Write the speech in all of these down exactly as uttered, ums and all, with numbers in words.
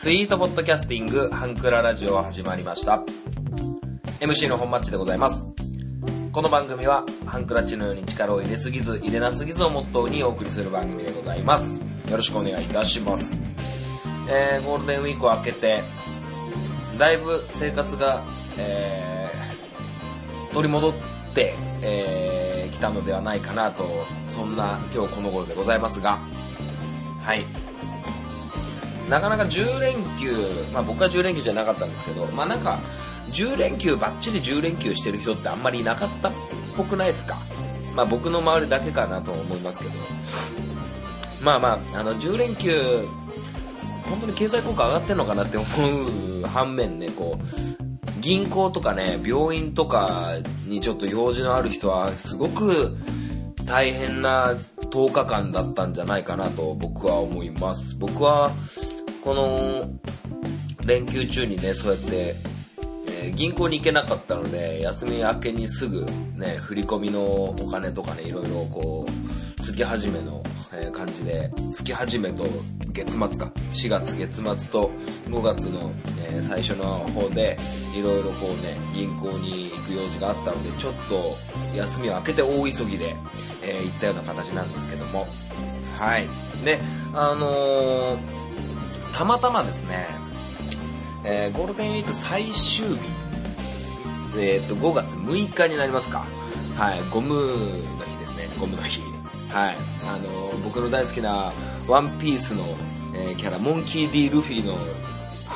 ツイートポッドキャスティングハンクララジオ始まりました。 エムシー の本マッチでございます。この番組はハンクラッチのように力を入れすぎず入れなすぎずをモットーにお送りする番組でございます。よろしくお願いいたします。えー、ゴールデンウィークを明けてだいぶ生活が、えー、取り戻ってき、えー、たのではないかなと、そんな今日この頃でございますが、はい、なかなかじゅう連休、まあ僕はじゅう連休じゃなかったんですけど、まあなんかじゅう連休バッチリじゅう連休してる人ってあんまりいなかったっぽくないですか。まあ僕の周りだけかなと思いますけど、まあまああのじゅう連休本当に経済効果上がってんのかなって思う反面ね、こう銀行とかね病院とかにちょっと用事のある人はすごく大変なとおかかんだったんじゃないかなと僕は思います。僕はこの連休中にねそうやって、えー、銀行に行けなかったので、休み明けにすぐね振り込みのお金とかねいろいろこう月始めの、えー、感じで、月始めと月末かしがつ月末とごがつの、えー、最初の方でいろいろこうね銀行に行く用事があったので、ちょっと休みを明けて大急ぎで、えー、行ったような形なんですけども、はいね、あのーたまたまですね、えー、ゴールデンウィーク最終日、えー、とごがつむいかになりますか。はい、ゴムの日ですね、ゴムの日。はい、あのー、僕の大好きなワンピースの、えー、キャラモンキー D ルフィの、はい、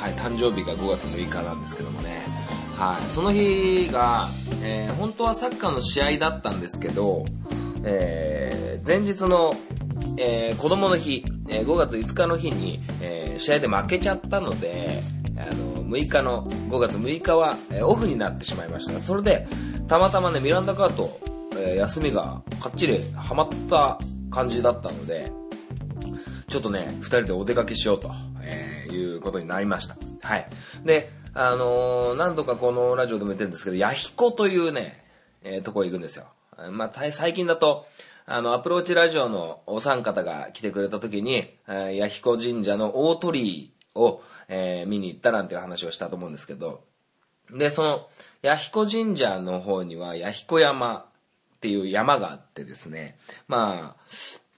誕生日がごがつむいかなんですけどもね、はい、その日が、えー、本当はサッカーの試合だったんですけど、えー、前日の、えー、子供の日、えー、ごがついつかの日に、えー、試合で負けちゃったので、あのむいかのごがつむいかは、えー、オフになってしまいました。それでたまたまねミランダカーと、えー、休みがかっちりはまった感じだったので、ちょっとねふたりでお出かけしようと、えー、いうことになりました。はい。で、あのー、何度かこのラジオでも言ってるんですけど、弥彦というね、えー、とこ行くんですよ。まあ最近だとあのアプローチラジオのお三方が来てくれた時に、弥彦神社の大鳥居を、えー、見に行ったなんていう話をしたと思うんですけど、でその弥彦神社の方には弥彦山っていう山があってですね、まあ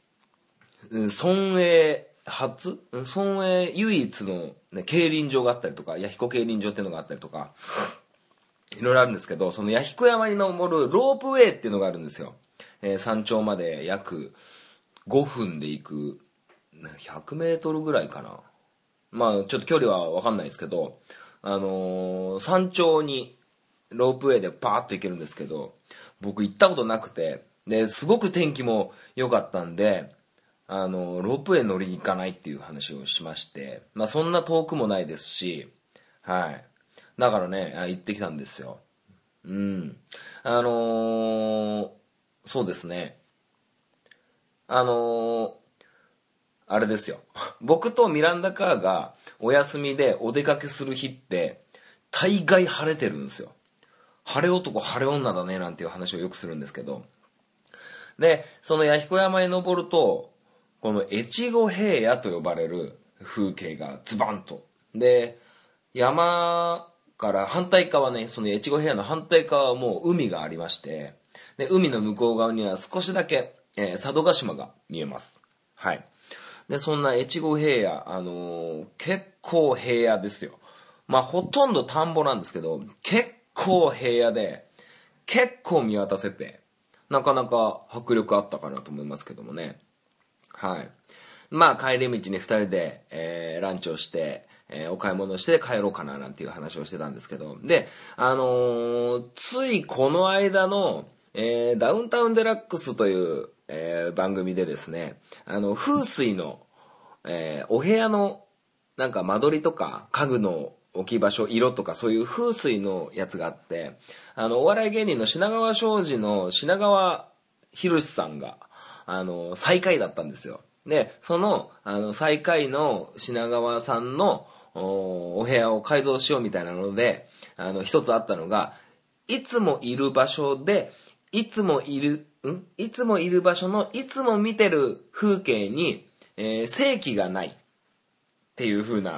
村営初村営唯一の、ね、競輪場があったりとか、弥彦競輪場っていうのがあったりとかいろいろあるんですけど、その弥彦山に登るロープウェイっていうのがあるんですよ。えー、山頂まで約ごふんで行くひゃくメートルぐらいかな。まあちょっと距離は分かんないですけど、あのー、山頂にロープウェイでパーッと行けるんですけど、僕行ったことなくて、ですごく天気も良かったんで、あのー、ロープウェイ乗りに行かないっていう話をしまして、まあそんな遠くもないですし、はい、だからね行ってきたんですよ。うんあのーそうですね。あのー、あれですよ。僕とミランダカーがお休みでお出かけする日って大概晴れてるんですよ。晴れ男晴れ女だねなんていう話をよくするんですけど、でその弥彦山に登るとこの越後平野と呼ばれる風景がズバンと、で山から反対側ね、その越後平野の反対側はもう海がありまして、で海の向こう側には少しだけ、えー、佐渡島が見えます。はい。でそんな越後平野、あのー、結構平野ですよ。まあほとんど田んぼなんですけど、結構平野で結構見渡せて、なかなか迫力あったかなと思いますけどもね。はい。まあ帰り道にふたりで、えー、ランチをして、えー、お買い物して帰ろうかななんていう話をしてたんですけど、であのー、ついこの間のえー、ダウンタウンデラックスという、えー、番組でですね、あの風水の、えー、お部屋のなんか間取りとか家具の置き場所、色とかそういう風水のやつがあって、あのお笑い芸人の品川庄司の品川博さんがあの最下位だったんですよ。でそのあの最下位の品川さんの お, お部屋を改造しようみたいなので、あの一つあったのが、いつもいる場所でいつもいる、んいつもいる場所のいつも見てる風景に、えー、正気がないっていう風な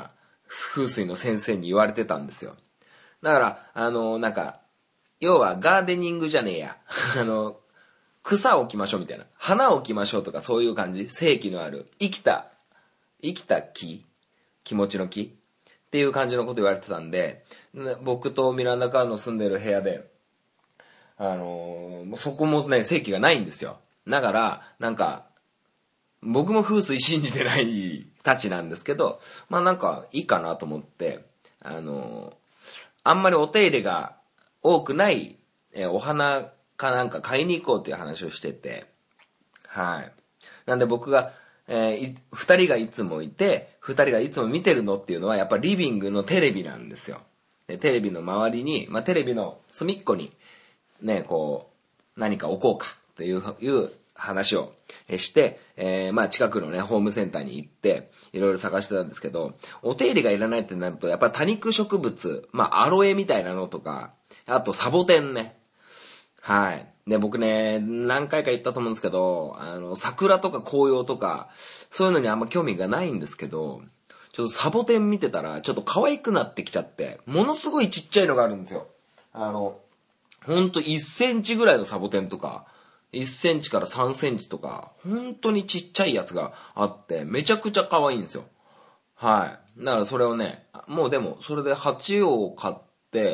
風水の先生に言われてたんですよ。だから、あの、なんか、要はガーデニングじゃねえや。あの、草を置きましょうみたいな。花を置きましょうとかそういう感じ。生気のある。生きた、生きた木気持ちの木っていう感じのこと言われてたんで、僕とミランダ・カーの住んでる部屋で、あのー、そこもね、生気がないんですよ。だから、なんか、僕も風水信じてないたちなんですけど、まあなんかいいかなと思って、あのー、あんまりお手入れが多くない、えー、お花かなんか買いに行こうっていう話をしてて、はい。なんで僕が、えー、二人がいつもいて、二人がいつも見てるのっていうのはやっぱリビングのテレビなんですよ。でテレビの周りに、まあテレビの隅っこに、ね、こう、何か置こうかという、いう話をして、えー、まあ近くのね、ホームセンターに行って、いろいろ探してたんですけど、お手入れがいらないってなると、やっぱり多肉植物、まあアロエみたいなのとか、あとサボテンね。はい。で、僕ね、何回か言ったと思うんですけど、あの、桜とか紅葉とか、そういうのにあんま興味がないんですけど、ちょっとサボテン見てたら、ちょっと可愛くなってきちゃって、ものすごいちっちゃいのがあるんですよ。あの、ほんといっセンチぐらいのサボテンとか、いっセンチからさんセンチとか、本当にちっちゃいやつがあって、めちゃくちゃ可愛いんですよ。はい。だからそれをね、もうでも、それで鉢を買って、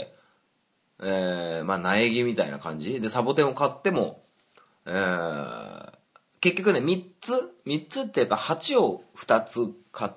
えー、まあ苗木みたいな感じで、サボテンを買っても、えー、結局ね、みっつみっつっていうか鉢をふたつ買って、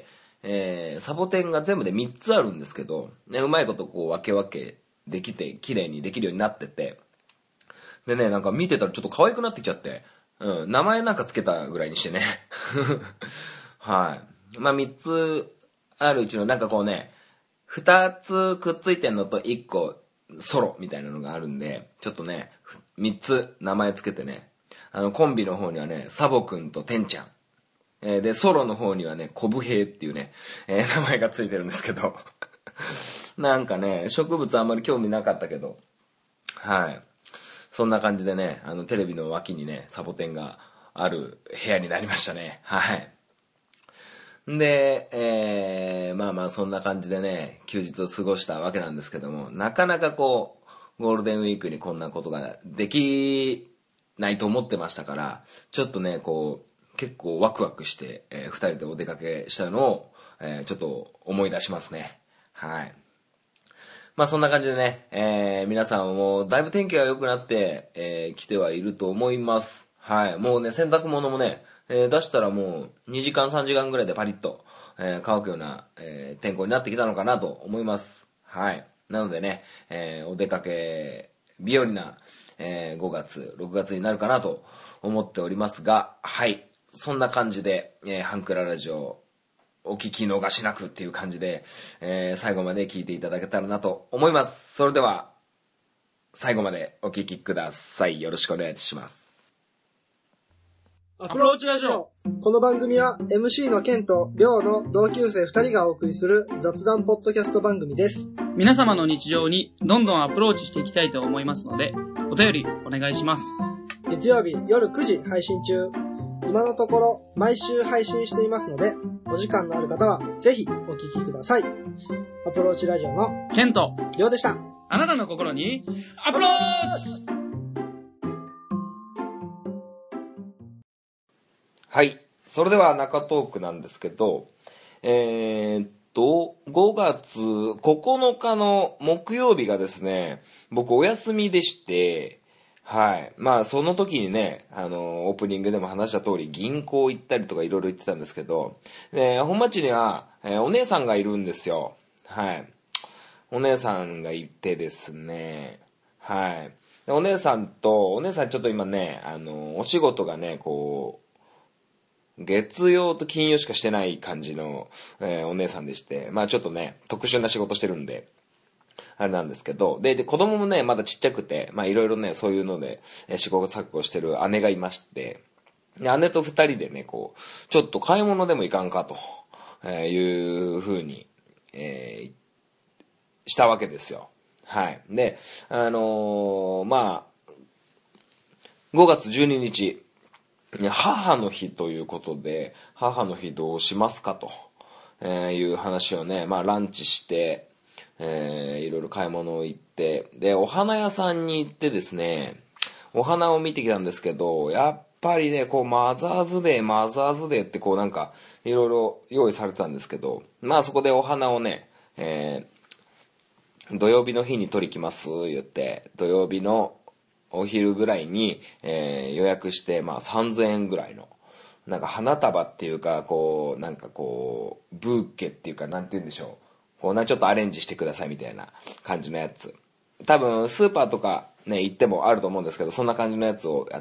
えー、サボテンが全部でみっつあるんですけど、ね、うまいことこう分け分けできて、綺麗にできるようになってて、でね、なんか見てたらちょっと可愛くなってきちゃって、うん、名前なんかつけたぐらいにしてね。はい。まあみっつあるうちのなんかこうね、ふたつくっついてんのといっこソロみたいなのがあるんで、ちょっとね、みっつ名前つけてね、あのコンビの方にはね、サボくんとテンちゃん。えー、で、ソロの方にはね、コブヘイっていうね、えー、名前がついてるんですけど。なんかね、植物あんまり興味なかったけど、はい。そんな感じでね、あのテレビの脇にね、サボテンがある部屋になりましたね。はい。で、えー、まあまあそんな感じでね、休日を過ごしたわけなんですけども、なかなかこう、ゴールデンウィークにこんなことができないと思ってましたから、ちょっとね、こう、結構ワクワクして、えー、二人でお出かけしたのを、えー、ちょっと思い出しますね。はい。まあそんな感じでね、えー、皆さんもだいぶ天気が良くなって、えー、来てはいると思います。はい。もうね、洗濯物もね、えー、出したらもうにじかんさんじかんぐらいでパリッと、えー、乾くような、えー、天候になってきたのかなと思います。はい。なのでね、えー、お出かけ日和な、えー、ごがつ、ろくがつになるかなと思っておりますが、はい。そんな感じで、えー、ハンクララジオ、お聞き逃しなくっていう感じで、えー、最後まで聞いていただけたらなと思います。それでは、最後までお聞きください。よろしくお願いします。 アプローチラジオ。この番組は エムシー のケンとリョウの同級生ふたりがお送りする雑談ポッドキャスト番組です。 皆様の日常にどんどんアプローチしていきたいと思いますので、お便りお願いします。 月曜日夜くじ配信中。今のところ毎週配信していますので、お時間のある方はぜひお聞きください。アプローチラジオのケンとリョウでした。 あなたの心にアプローチ。 はい。それでは中トークなんですけど、えー、っと、ごがつここのかの木曜日がですね、僕お休みでして、はい。まあ、その時にね、あの、オープニングでも話した通り、銀行行ったりとかいろいろ言ってたんですけど、えー、本町には、えー、お姉さんがいるんですよ。はい。お姉さんがいてですね、はい。でお姉さんと、お姉さんちょっと今ね、あの、お仕事がね、こう、月曜と金曜しかしてない感じの、えー、お姉さんでして、まあちょっとね、特殊な仕事してるんで、あれなんですけど、で、で、子供もね、まだちっちゃくて、まあいろいろね、そういうので、えー、試行錯誤してる姉がいまして、で姉と二人でね、こう、ちょっと買い物でも行かんかと、えー、いう風に、えー、したわけですよ。はい。で、あのー、まあ、ごがつじゅうににち、母の日ということで、母の日どうしますかとえー、いう話をね、まあランチして、えー、いろいろ買い物行って、で、お花屋さんに行ってですね、お花を見てきたんですけど、やっぱりね、こう、マザーズデー、マザーズデーってこうなんか、いろいろ用意されてたんですけど、まあそこでお花をね、えー、土曜日の日に取り来ます、言って、土曜日のお昼ぐらいに、えー、予約して、まあさんぜんえんぐらいの、なんか花束っていうか、こう、なんかこう、ブーケっていうか、なんて言うんでしょう。こうな、ちょっとアレンジしてくださいみたいな感じのやつ。多分、スーパーとかね、行ってもあると思うんですけど、そんな感じのやつをやって、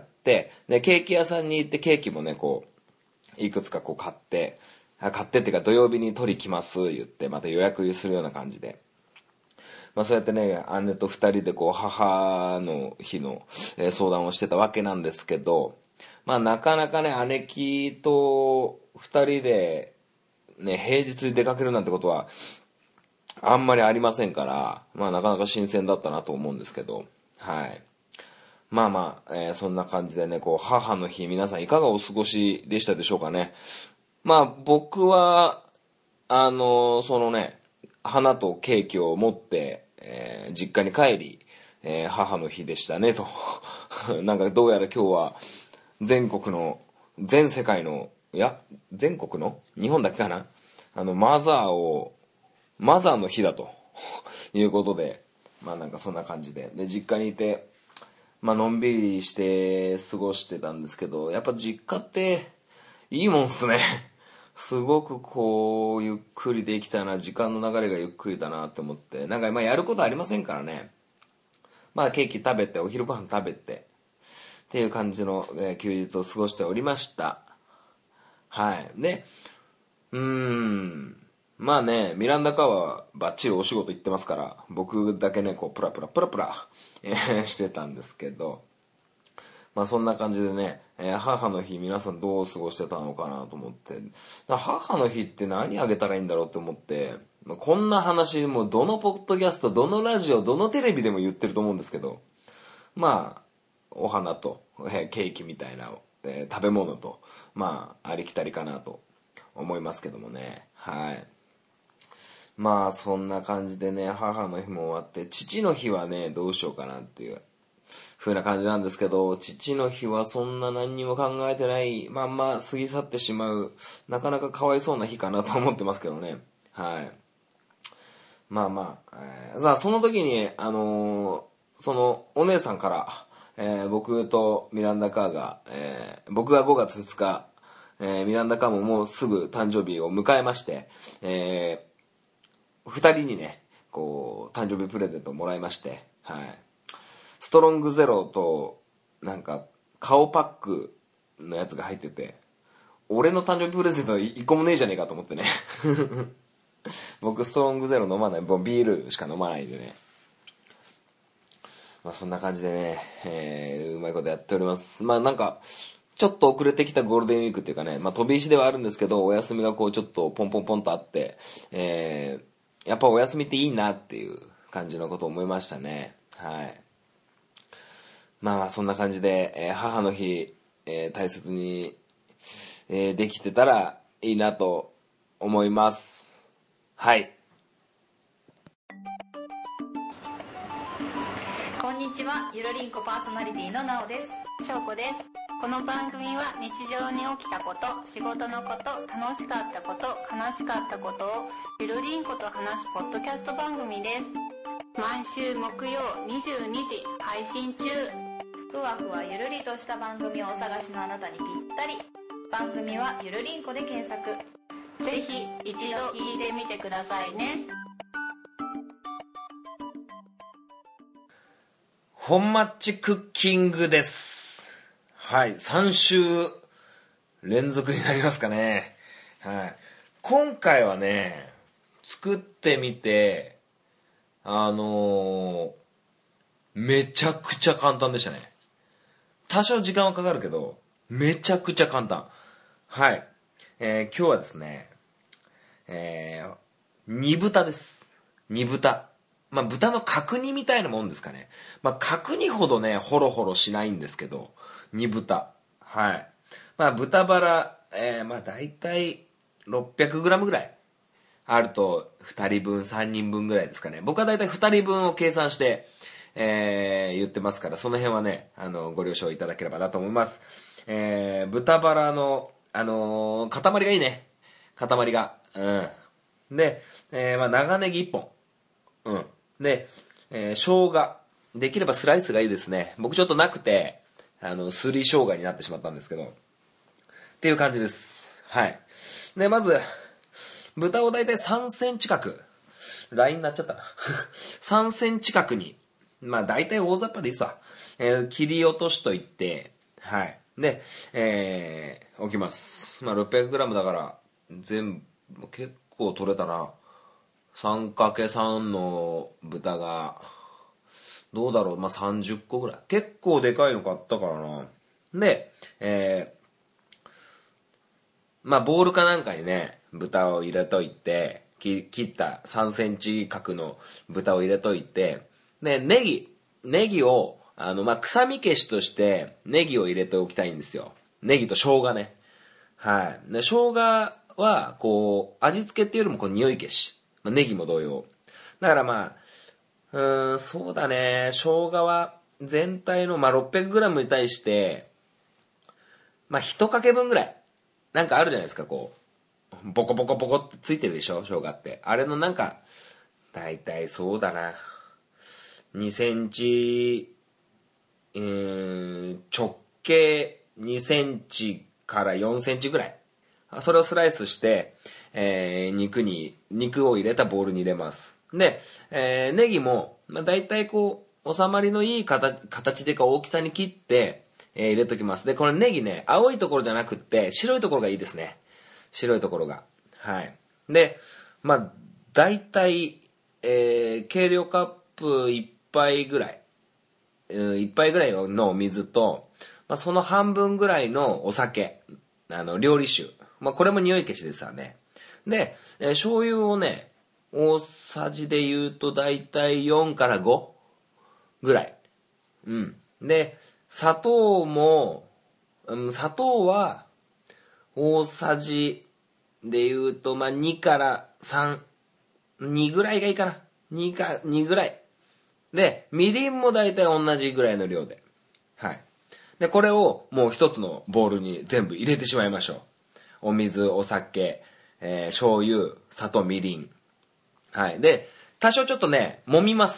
で、ケーキ屋さんに行ってケーキもね、こう、いくつかこう買って、買ってっていうか土曜日に取り来ます言って、また予約するような感じで。まあそうやってね、姉と二人でこう、母の日の相談をしてたわけなんですけど、まあなかなかね、姉貴と二人でね、平日に出かけるなんてことはあんまりありませんから、まあなかなか新鮮だったなと思うんですけど、はい。まあまあ、えー、そんな感じでね、こう、母の日皆さんいかがお過ごしでしたでしょうかね。まあ僕は、あのー、そのね、花とケーキを持って、えー、実家に帰り、えー、母の日でしたねと。なんかどうやら今日は、全国の全世界のいや全国の日本だけかな、あのマザーをマザーの日だということで、まあなんかそんな感じでで実家にいて、まあのんびりして過ごしてたんですけど、やっぱ実家っていいもんっすね。すごくこうゆっくりできたな、時間の流れがゆっくりだなって思って、なんか今やることありませんからね。まあケーキ食べてお昼ご飯食べてっていう感じの、えー、休日を過ごしておりました。はい。で、うーん。まあね、ミランダカーはバッチリお仕事行ってますから、僕だけね、こう、プラプラプラプラ、えー、してたんですけど、まあそんな感じでね、えー、母の日皆さんどう過ごしてたのかなと思って、母の日って何あげたらいいんだろうと思って、まあ、こんな話もうどのポッドキャスト、どのラジオ、どのテレビでも言ってると思うんですけど、まあ、お花と、えー、ケーキみたいな、えー、食べ物と、まあありきたりかなと思いますけどもね。はい。まあそんな感じでね、母の日も終わって、父の日はねどうしようかなっていう風な感じなんですけど、父の日はそんな何にも考えてないまんま過ぎ去ってしまう、なかなかかわいそうな日かなと思ってますけどね。はい。まあまあ、えー、さあその時にあのー、そのお姉さんから、えー、僕とミランダカーが、えー、僕がごがつふつか、えー、ミランダカーももうすぐ誕生日を迎えまして、えー、ふたりにねこう誕生日プレゼントをもらいまして、はい、ストロングゼロとなんか顔パックのやつが入ってて、俺の誕生日プレゼントいっこもねえじゃねえかと思ってね。僕ストロングゼロ飲まない、もうビールしか飲まないんでね。まあそんな感じでね、えー、うまいことやっております。まあなんかちょっと遅れてきたゴールデンウィークっていうかね、まあ飛び石ではあるんですけど、お休みがこうちょっとポンポンポンとあって、えー、やっぱお休みっていいなっていう感じのことを思いましたね。はい。まあまあそんな感じで、えー、母の日、えー、大切に、えー、できてたらいいなと思います。はい。 こんにちは、ゆるりんこパーソナリティのなおです。 しょうこです。この番組は日常に起きたこと、仕事のこと、楽しかったこと、悲しかったことをゆるりんこと話すポッドキャスト番組です。毎週木曜にじゅうにじ配信中。 ふわふわゆるりとした番組をお探しのあなたにぴったり。番組はゆるりんこで検索。 ぜひ一度聞いてみてくださいね。 本マッチクッキングです。はい、さんしゅう連続になりますかね。はい。今回はね、作ってみて、あのー、めちゃくちゃ簡単でしたね。多少時間はかかるけど、めちゃくちゃ簡単。はい。えー、今日はですね、えー、煮豚です。煮豚。まあ、豚の角煮みたいなもんですかね。まあ、角煮ほどね、ホロホロしないんですけど、煮豚。はい。まあ、豚バラ、えー、まあ、だいたいろっぴゃくグラムぐらい。 あるとふたりぶん、さんにんぶんぐらいですかね。僕はだいたいふたりぶんを計算して、えー、言ってますから、その辺はね、あの、ご了承いただければなと思います。えー、豚バラの、あのー、塊がいいね。塊が。うん。で、えー、まあ、長ネギいっぽん。うん。で、えー、生姜。できればスライスがいいですね。僕ちょっとなくて、あの、すり生姜になってしまったんですけど。っていう感じです。はい。で、まず、豚をだいたいさんセンチ角。ラインになっちゃったな。さんセンチ角に。まあ、だいたい大雑把でいいっすわ。えー、切り落としといて、はい。で、えー、置きます。まあ、ろっぴゃくグラムだから、全部、結構取れたな。さんかけるさん の豚が、どうだろう、まあ、さんじゅっこぐらい。結構でかいの買ったからな。で、えー、まあ、ボウルかなんかにね、豚を入れといて、切ったさんセンチ角の豚を入れといて、で、ネギ、ネギを、あの、まあ、臭み消しとして、ネギを入れておきたいんですよ。ネギと生姜ね。はい。で、生姜は、こう、味付けっていうよりも、こう、匂い消し。まあ、ネギも同様。だからまあ、うーん、そうだね。生姜は、全体の、まあ、ろっぴゃくグラムに対して、まあ、一かけぶんぐらい。なんかあるじゃないですか、こう。ボコボコボコってついてるでしょ、生姜って。あれのなんか、だいたいそうだな。にセンチ、えー、直径にセンチからよんセンチぐらい。それをスライスして、えー、肉に、肉を入れたボウルに入れます。で、えー、ネギも、まあ、だいたいこう、収まりのいい形、形でか大きさに切って、えー、入れときます。で、これネギね、青いところじゃなくって、白いところがいいですね。白いところが。はい。で、まあ、だいたい、えー、計量カップいっぱいぐらい、いっぱいぐらいのお水と、まあ、その半分ぐらいのお酒、あの、料理酒。まあ、これも匂い消しですわね。で、えー、醤油をね、大さじで言うとだいたいよんからごぐらい。うん。で、砂糖も、うん、砂糖は、大さじで言うと、まあ、にからさん、にぐらいがいいかな。にか、にぐらい。で、みりんもだいたい同じぐらいの量で。はい。で、これをもう一つのボウルに全部入れてしまいましょう。お水、お酒、えー、醤油、砂糖、みりん。はい。で、多少ちょっとね、揉みます。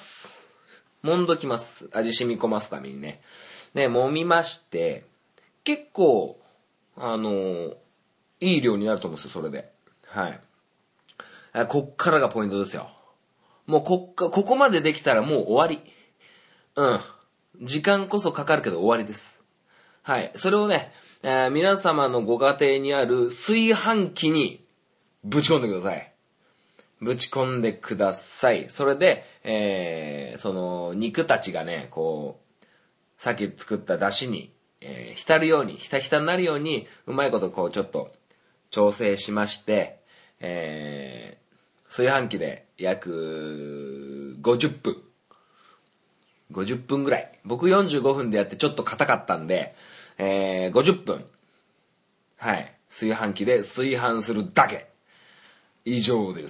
揉んどきます。味染み込ますためにね。で、揉みまして、結構、あのー、いい量になると思うんですよ、それで。はい。こっからがポイントですよ。もうこっか、ここまでできたらもう終わり。うん。時間こそかかるけど終わりです。はい。それをね、えー、皆様のご家庭にある炊飯器にぶち込んでください。ぶち込んでください。それで、えー、その肉たちがね、こう、さっき作った出汁に、えー、浸るように、ひたひたになるように、うまいことこうちょっと調整しまして、えー、炊飯器で約ごじゅっぷん。ごじゅっぷんぐらい。僕よんじゅうごふんでやってちょっと硬かったんで、えー、ごじゅっぷん。はい。炊飯器で炊飯するだけ。以上です。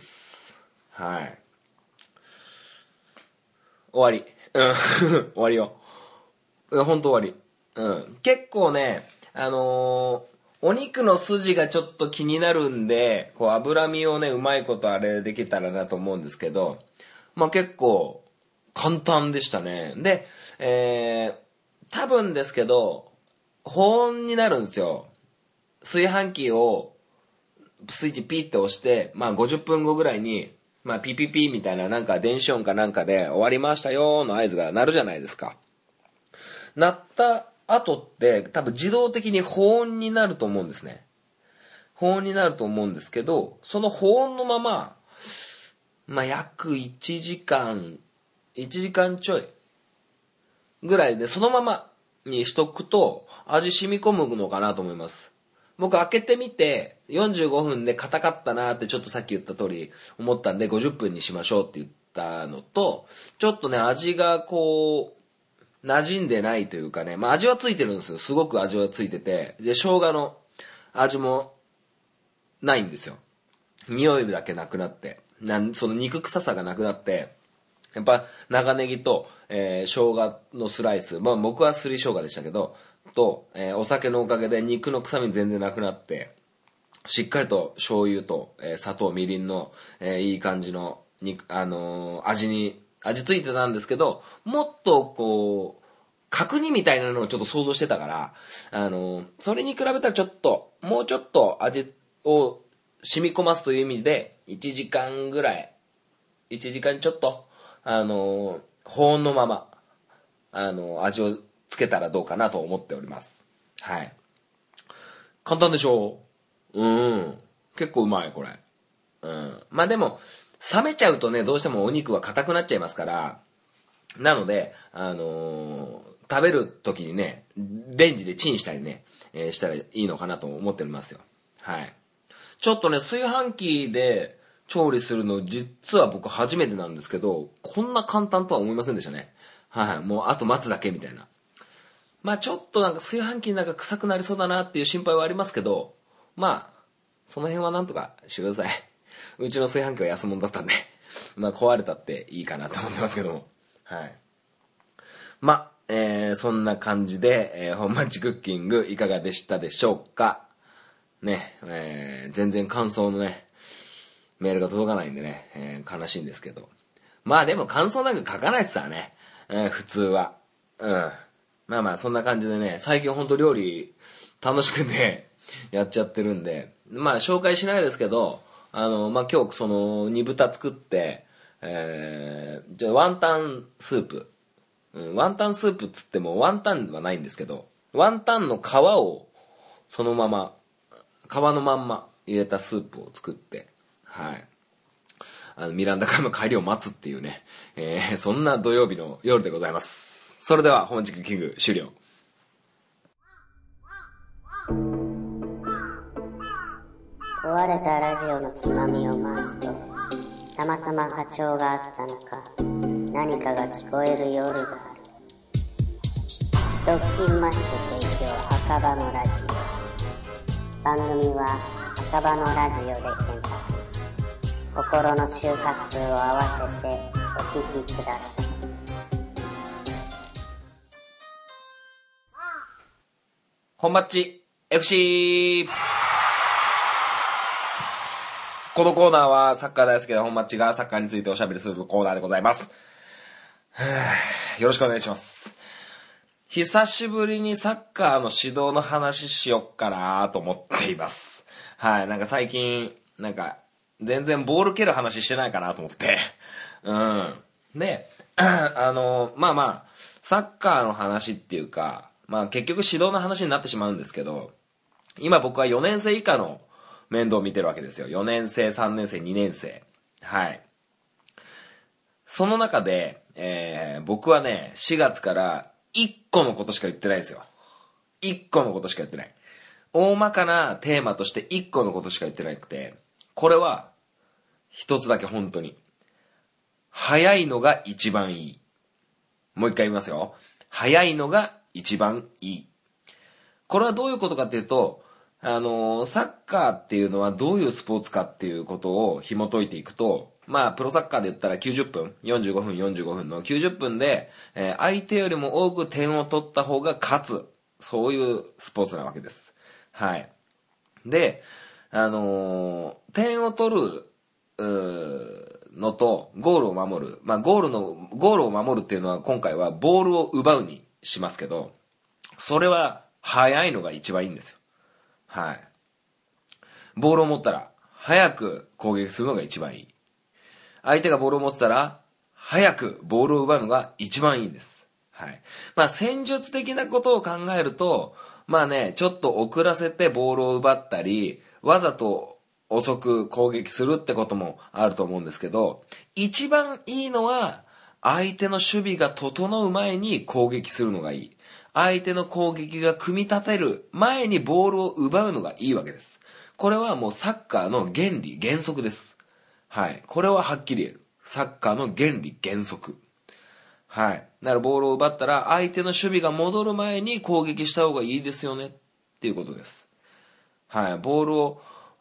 はい。終わり。うん。終わりよ。ほんと終わり。うん。結構ね、あのー、お肉の筋がちょっと気になるんで、こう脂身をね、うまいことあれできたらなと思うんですけど、まあ結構簡単でしたね。で、えー、多分ですけど、保温になるんですよ。炊飯器をスイッチピッて押して、まあごじゅっぷんごぐらいに、まあピピピみたいななんか電子音かなんかで終わりましたよーの合図が鳴るじゃないですか。鳴った後って多分自動的に保温になると思うんですね。保温になると思うんですけど、その保温のまま、まあ約いちじかん、いちじかんちょいぐらいでそのままにしとくと味染み込むのかなと思います。僕開けてみてよんじゅうごふんで硬かったなってちょっとさっき言った通り思ったんでごじゅっぷんにしましょうって言ったのと、ちょっとね味がこう馴染んでないというかね、まあ味はついてるんですよ。すごく味はついてて、で生姜の味もないんですよ。 匂いだけなくなって、なんその肉臭さがなくなって、やっぱ長ネギと、えー、生姜のスライス、まあ僕はすり生姜でしたけど、と、えー、お酒のおかげで肉の臭み全然なくなって、しっかりと醤油と、えー、砂糖、みりんの、えー、いい感じの肉、あのー、味に、味ついてたんですけど、もっとこう、角煮みたいなのをちょっと想像してたから、あのー、それに比べたらちょっと、もうちょっと味を染み込ますという意味で、いちじかんぐらい、いちじかんちょっと、あのー、保温のまま、あのー、味をつけたらどうかなと思っております。はい。簡単でしょう？うん。結構うまい、これ。うん。まあでも、冷めちゃうとね、どうしてもお肉は硬くなっちゃいますから、なので、あのー、食べる時にね、レンジでチンしたりね、えー、したらいいのかなと思っておりますよ。はい。ちょっとね、炊飯器で調理するの実は僕初めてなんですけど、こんな簡単とは思いませんでしたね。はい。もうあと待つだけみたいな。まあちょっとなんか炊飯器なんか臭くなりそうだなっていう心配はありますけど、まあ、その辺はなんとかしてください。うちの炊飯器は安物だったんで、まあ壊れたっていいかなと思ってますけども。はい。まあ、えー、そんな感じで、えー、本町クッキングいかがでしたでしょうか。ね、えー、全然感想のね、メールが届かないんでね、えー、悲しいんですけど。まあでも感想なんか書かないっすわね。えー、普通は。うん。まあまあそんな感じでね、最近ほんと料理楽しくてやっちゃってるんで、まあ紹介しないですけど、あの、まあ今日その煮豚作って、えー、じゃあワンタンスープ。うん、ワンタンスープっつってもワンタンはないんですけど、ワンタンの皮をそのまま、皮のまんま入れたスープを作って、はい。あの、ミランダからの帰りを待つっていうね、えー、そんな土曜日の夜でございます。それでは、本日クッキング終了。 壊れたラジオのつまみを回すと、たまたま波長があったのか、何かが聞こえる夜がある。ドッキンマッシュ提供赤羽のラジオ。番組は赤羽のラジオで検索。心の周波数を合わせてお聞きください。 本マッチ エフシー。このコーナーはサッカー大好きな本マッチがサッカーについておしゃべりするコーナーでございます。よろしくお願いします。久しぶりにサッカーの指導の話しよっかなと思っています。はい、なんか最近、なんか、全然ボール蹴る話してないかなと思って。うん。で、あの、まあまあ、サッカーの話っていうか、まあ結局指導の話になってしまうんですけど、今僕はよねん生以下の面倒を見てるわけですよ。よねん生、さんねん生、にねん生。はい。その中で、えー、僕はね、しがつからいっこのことしか言ってないんですよ。いっこのことしか言ってない。大まかなテーマとしていっこのことしか言ってなくて、これは一つだけ本当に。早いのが一番いい。もう一回言いますよ。早いのが一番いい。これはどういうことかっていうと、あのー、サッカーっていうのはどういうスポーツかっていうことを紐解いていくと、まあ、プロサッカーで言ったらきゅうじゅっぷん、よんじゅうごふん、よんじゅうごふんのきゅうじゅっぷんで、えー、相手よりも多く点を取った方が勝つ。そういうスポーツなわけです。はい。で、あのー、点を取る、のと、ゴールを守る。まあ、ゴールの、ゴールを守るっていうのは今回はボールを奪うにしますけど、それは早いのが一番いいんですよ。はい。ボールを持ったら、早く攻撃するのが一番いい。相手がボールを持ってたら、早くボールを奪うのが一番いいんです。はい。まあ、戦術的なことを考えると、まあね、ちょっと遅らせてボールを奪ったり、わざと遅く攻撃するってこともあると思うんですけど、一番いいのは、相手の守備が整う前に攻撃するのがいい。相手の攻撃が組み立てる前にボールを奪うのがいいわけです。これはもうサッカーの原理、原則です。はい。これははっきり言える。サッカーの原理、原則。はい。だからボールを奪ったら相手の守備が戻る前に攻撃した方がいいですよねっていうことです。はい。ボールを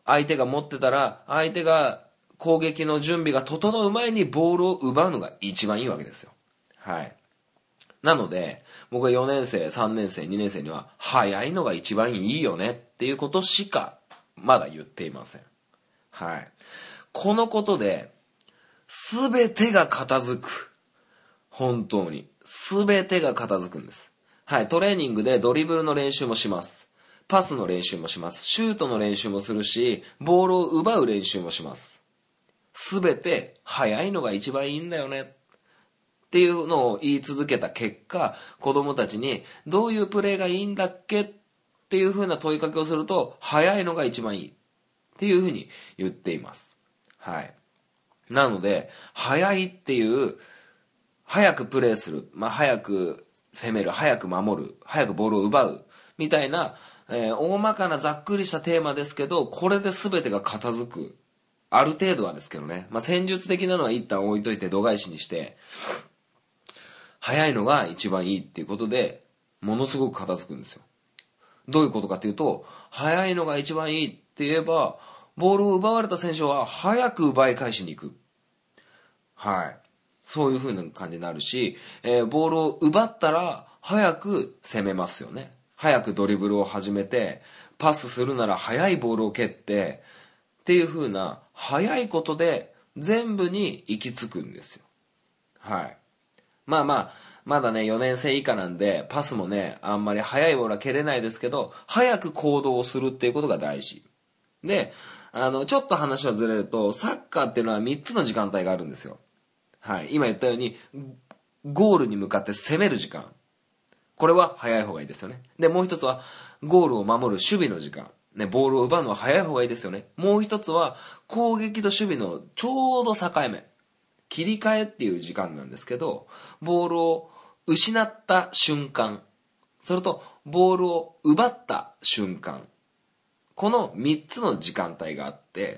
相手が持ってたら、相手が攻撃の準備が整う前にボールを奪うのが一番いいわけですよ。はい。なので、僕はよねん生、さんねん生、にねん生には、早いのが一番いいよねっていうことしか、まだ言っていません。はい。このことで、すべてが片付く。本当に。すべてが片付くんです。はい。トレーニングでドリブルの練習もします。パスの練習もします。シュートの練習もするし、ボールを奪う練習もします。すべて、早いのが一番いいんだよね。っていうのを言い続けた結果、子供たちにどういうプレーがいいんだっけっていう風な問いかけをすると、早いのが一番いいっていう風に言っています。はい。なので、早いっていう、早くプレーする、まあ、早く攻める、早く守る、早くボールを奪う、みたいな、えー、大まかなざっくりしたテーマですけど、これで全てが片付く。ある程度はですけどね。まあ、戦術的なのは一旦置いといて度外視にして、早いのが一番いいっていうことで、ものすごく片付くんですよ。どういうことかっていうと、早いのが一番いいって言えば、ボールを奪われた選手は早く奪い返しに行く。はい。そういう風な感じになるし、えー、ボールを奪ったら早く攻めますよね。早くドリブルを始めて、パスするなら早いボールを蹴って、っていう風な早いことで全部に行き着くんですよ。はい。まあまあ、まだね、よねん生以下なんで、パスもね、あんまり速いボールは蹴れないですけど、早く行動をするっていうことが大事。で、あの、ちょっと話はずれると、サッカーっていうのはみっつの時間帯があるんですよ。はい。今言ったように、ゴールに向かって攻める時間。これは早い方がいいですよね。で、もう一つは、ゴールを守る守備の時間。ね、ボールを奪うのは早い方がいいですよね。もう一つは、攻撃と守備のちょうど境目。切り替えっていう時間なんですけど、ボールを失った瞬間、それとボールを奪った瞬間、このみっつの時間帯があって、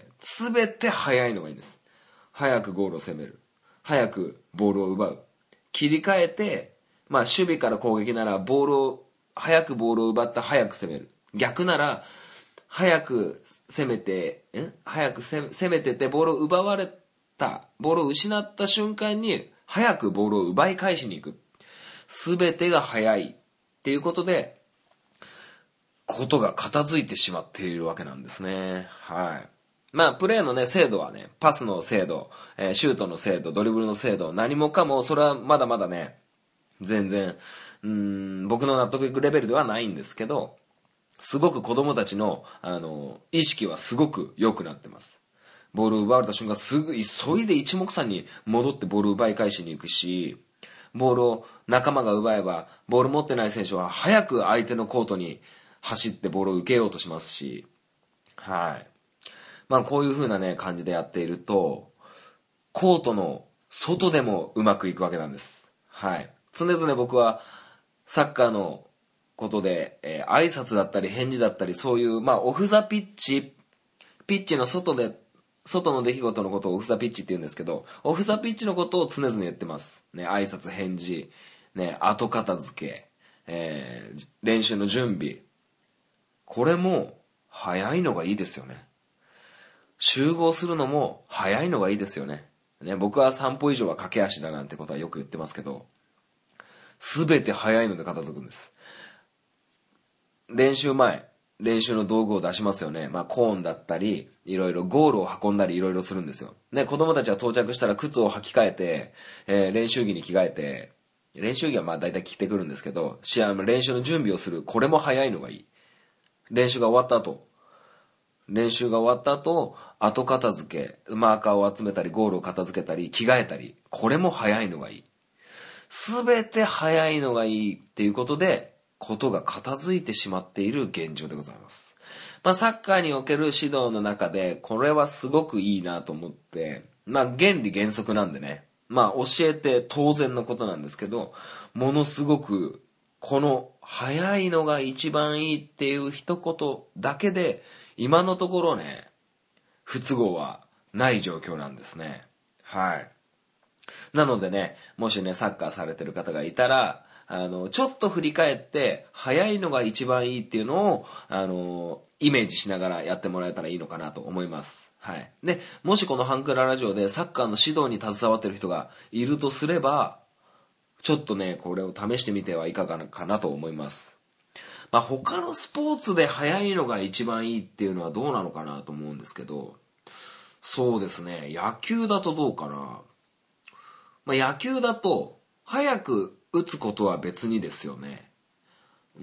すべて早いのがいいんです。早くゴールを攻める。早くボールを奪う。切り替えて、まあ守備から攻撃ならボールを、早くボールを奪って早く攻める。逆なら、早く攻めて、ん早く攻めててボールを奪われボールを失った瞬間に早くボールを奪い返しに行く。すべてが早いっていうことで、ことが片付いてしまっているわけなんですね。はい。まあ、プレーのね、精度はね、パスの精度、えー、シュートの精度、ドリブルの精度、何もかも、それはまだまだね、全然、うーん、僕の納得いくレベルではないんですけど、すごく子供たちの、あの、意識はすごく良くなってます。ボールを奪われた瞬間すぐ急いで一目散に戻ってボールを奪い返しに行くし、ボールを仲間が奪えばボール持ってない選手は早く相手のコートに走ってボールを受けようとしますし、はい。まあこういう風なね感じでやっていると、コートの外でもうまくいくわけなんです。はい。常々僕はサッカーのことで、えー、挨拶だったり返事だったりそういうまあオフザピッチ、ピッチの外で外の出来事のことをオフザピッチって言うんですけど、オフザピッチのことを常々言ってます。ね、挨拶、返事、ね、後片付け、えー、練習の準備。これも早いのがいいですよね。集合するのも早いのがいいですよね。ね、僕は散歩以上は駆け足だなんてことはよく言ってますけど、すべて早いので片付くんです。練習前、練習の道具を出しますよね。まあコーンだったり、いろいろゴールを運んだりいろいろするんですよ。ね、子供たちは到着したら靴を履き替えて、えー、練習着に着替えて、練習着はまあ大体着てくるんですけど、試合の練習の準備をする。これも早いのがいい。練習が終わった後、練習が終わった後、後片付け、マーカーを集めたり、ゴールを片付けたり、着替えたり、これも早いのがいい。すべて早いのがいいっていうことで、ことが片付いてしまっている現状でございます。まあ、サッカーにおける指導の中で、これはすごくいいなと思って、まあ、原理原則なんでね、まあ、教えて当然のことなんですけど、ものすごく、この、早いのが一番いいっていう一言だけで、今のところね、不都合はない状況なんですね。はい。なのでね、もしね、サッカーされてる方がいたら、あの、ちょっと振り返って、早いのが一番いいっていうのを、あの、 イメージしながらやってもらえたらいいのかなと思います。はい。で、もしこのハンクララジオでサッカーの指導に携わってる人がいるとすれば、ちょっとね、これを試してみてはいかがかなと思います。まあ他のスポーツで速いのが一番いいっていうのはどうなのかなと思うんですけど、そうですね、野球だとどうかな。まあ野球だと、速く打つことは別にですよね。うん。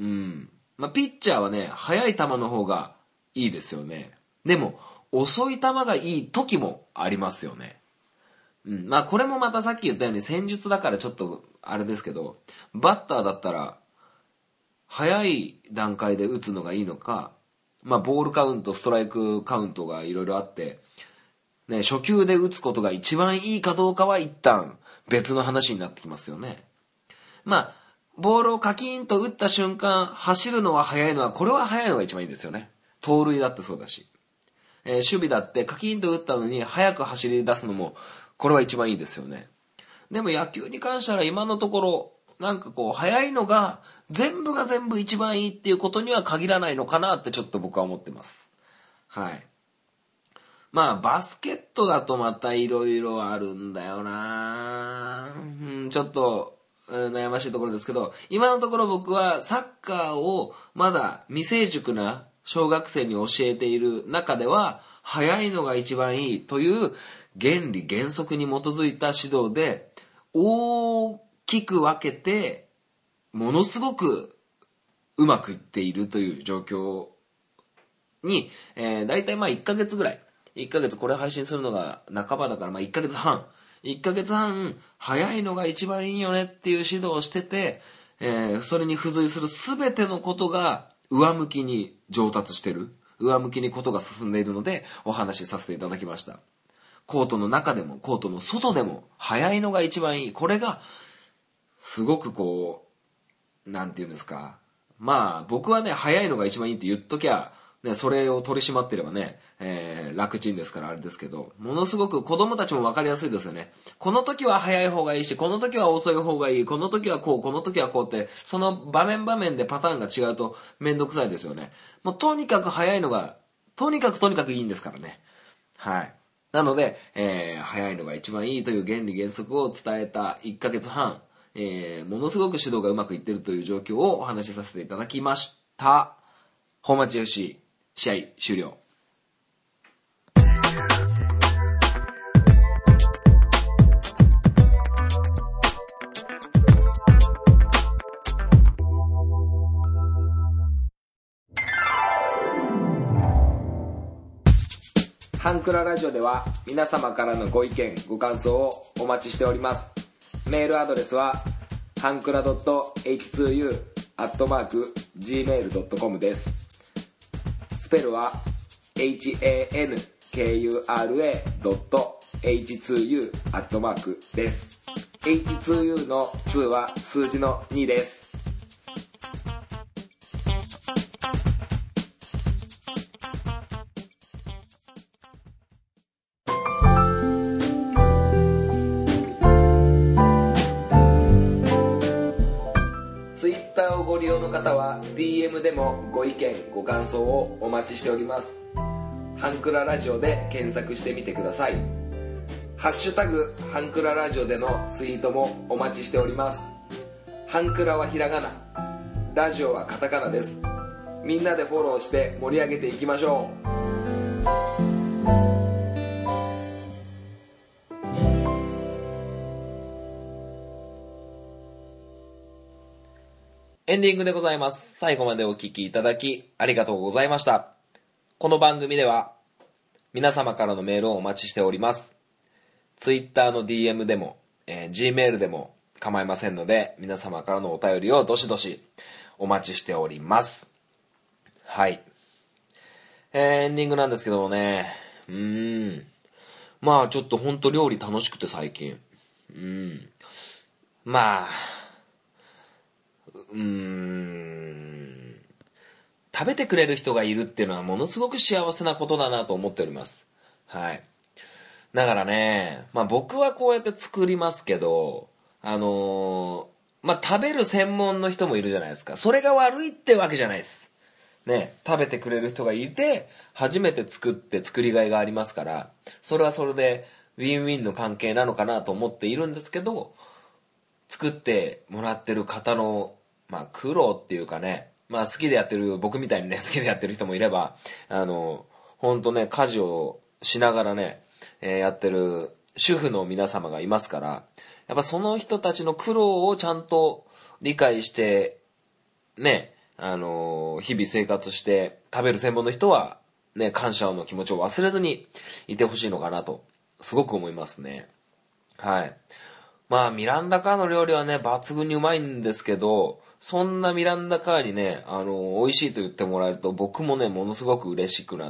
まあピッチャーはね、速い球の方がいいですよね。でも、遅い球がいい時もありますよね。うん。まあこれもまたさっき言ったように戦術だからちょっとあれですけど、バッターだったら、早い段階で打つのがいいのか、まあボールカウント、ストライクカウントがいろいろあって、ね、初球で打つことが一番いいかどうかは一旦別の話になってきますよね。まあ、ボールをカキーンと打った瞬間、走るのは速いのは、これは速いのが一番いいんですよね。盗塁だってそうだし。えー、守備だってカキーンと打ったのに速く走り出すのも、これは一番いいですよね。でも野球に関しては今のところ、なんかこう、速いのが、全部が全部一番いいっていうことには限らないのかなってちょっと僕は思ってます。はい。まあ、バスケットだとまたいろいろあるんだよな、うん、ちょっと、うん、悩ましいところですけど、今のところ僕はサッカーをまだ未成熟な小学生に教えている中では、速いのが一番いいという原理原則に基づいた指導で、大きく分けて、ものすごくうまくいっているという状況に、えー、大体まあいっかげつぐらい、いっかげつこれ配信するのが半ばだからまあいっかげつはん。いっかげつはん、早いのが一番いいよねっていう指導をしてて、えー、それに付随する全てのことが上向きに上達してる。上向きにことが進んでいるのでお話しさせていただきました。コートの中でもコートの外でも早いのが一番いい。これがすごくこう、なんていうんですか。まあ僕はね、早いのが一番いいって言っときゃ、ね、それを取り締まってればね、えー、楽ちんですからあれですけど、ものすごく子供たちも分かりやすいですよね。この時は早い方がいいし、この時は遅い方がいい、この時はこう、この時はこうって、その場面場面でパターンが違うとめんどくさいですよね。もうとにかく早いのが、とにかくとにかくいいんですからね。はい。なので、えー、早いのが一番いいという原理原則を伝えたいっかげつはん、えー、ものすごく指導がうまくいっているという状況をお話しさせていただきました。本町 エフシー 試合終了。ハンクララジオでは皆様からのご意見ご感想をお待ちしております。メールアドレスはハンクラ ドット エイチツーユー アットマーク ジーメール ドット コム です。スペルは エイチエーエヌケーユーアールエー ドット エイチツーユー アットマーク です。 エイチツーユー のには数字のにです。ご利用の方は ディーエム でもご意見ご感想をお待ちしております。ハンクララジオで検索してみてください。ハッシュタグハンクララジオでのツイートもお待ちしております。ハンクラはひらがな、ラジオはカタカナです。みんなでフォローして盛り上げていきましょう。エンディングでございます。最後までお聞きいただきありがとうございました。この番組では皆様からのメールをお待ちしております。Twitter の ディーエム でも、えー、Gmail でも構いませんので、皆様からのお便りをどしどしお待ちしております。はい。えー、エンディングなんですけどもね、うーん。まあちょっとほんと料理楽しくて最近。うん。まあ、うーん食べてくれる人がいるっていうのはものすごく幸せなことだなと思っております。はい。だからね、まあ僕はこうやって作りますけど、あのー、まあ食べる専門の人もいるじゃないですか。それが悪いってわけじゃないです。 ね、食べてくれる人がいて、初めて作って作りがいがありますから、それはそれでウィンウィンの関係なのかなと思っているんですけど、作ってもらってる方の、まあ苦労っていうかね、まあ好きでやってる、僕みたいにね、好きでやってる人もいれば、あの、ほんとね、家事をしながらね、えー、やってる主婦の皆様がいますから、やっぱその人たちの苦労をちゃんと理解して、ね、あのー、日々生活して食べる専門の人は、ね、感謝の気持ちを忘れずにいてほしいのかなと、すごく思いますね。はい。まあ、ミランダカーの料理はね、抜群にうまいんですけど、そんなミランダカーにね、あのー、美味しいと言ってもらえると、僕もね、ものすごく嬉しくなって、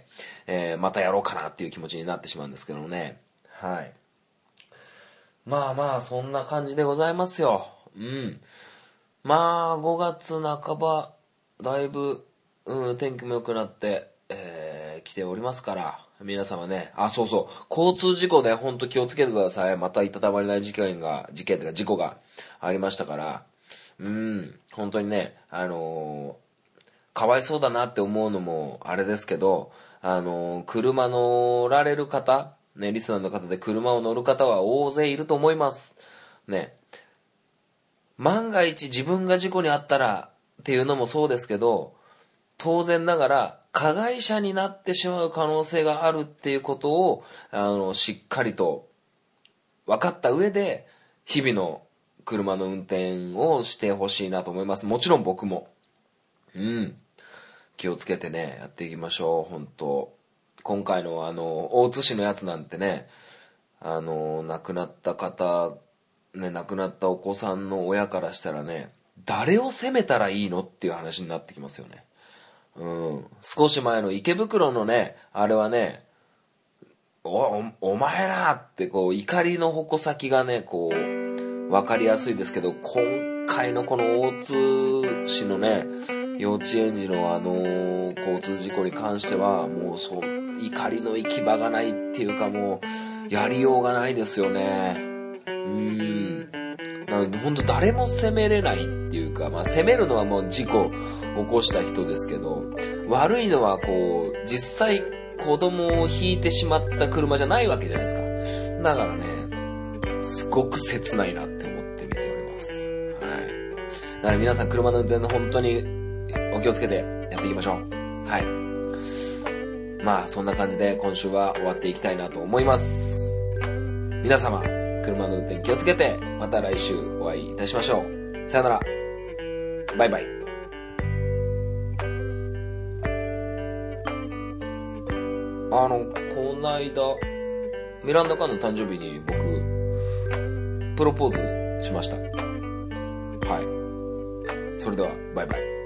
えー、またやろうかなっていう気持ちになってしまうんですけどね。はい。まあまあ、そんな感じでございますよ。うん。まあ、ごがつなかば、だいぶ、うん、天気も良くなって、えー、来ておりますから、皆様ね、あ、そうそう、交通事故ね、ほんと気をつけてください。またいたたまれない事件が、事件というか事故がありましたから、うん、本当にね、あのー、かわいそうだなって思うのもあれですけど、あのー、車乗られる方、ね、リスナーの方で車を乗る方は大勢いると思います。ね。万が一自分が事故に遭ったらっていうのもそうですけど、当然ながら加害者になってしまう可能性があるっていうことを、あの、しっかりと分かった上で、日々の車の運転をしてほしいなと思います。もちろん僕も。うん。気をつけてね、やっていきましょう、本当今回のあの、大津市のやつなんてね、あの、亡くなった方、ね、亡くなったお子さんの親からしたらね、誰を責めたらいいのっていう話になってきますよね。うん。少し前の池袋のね、あれはね、お、お、お前らってこう、怒りの矛先がね、こう、わかりやすいですけど、今回のこの大津市のね、幼稚園児のあの、交通事故に関しては、もうそう、怒りの行き場がないっていうかもう、やりようがないですよね。うーん。なので本当誰も責めれないっていうか、まあ責めるのはもう事故起こした人ですけど、悪いのはこう、実際子供を引いてしまった車じゃないわけじゃないですか。だからね、すごく切ないなって思って見ております。はい。だから皆さん車の運転の本当にお気をつけてやっていきましょう。はい。まあそんな感じで今週は終わっていきたいなと思います。皆様、車の運転気をつけて、また来週お会いいたしましょう。さよなら。バイバイ。あの、こないだ、ミランダカーの誕生日に僕、プロポーズしました。はい。それでは、バイバイ。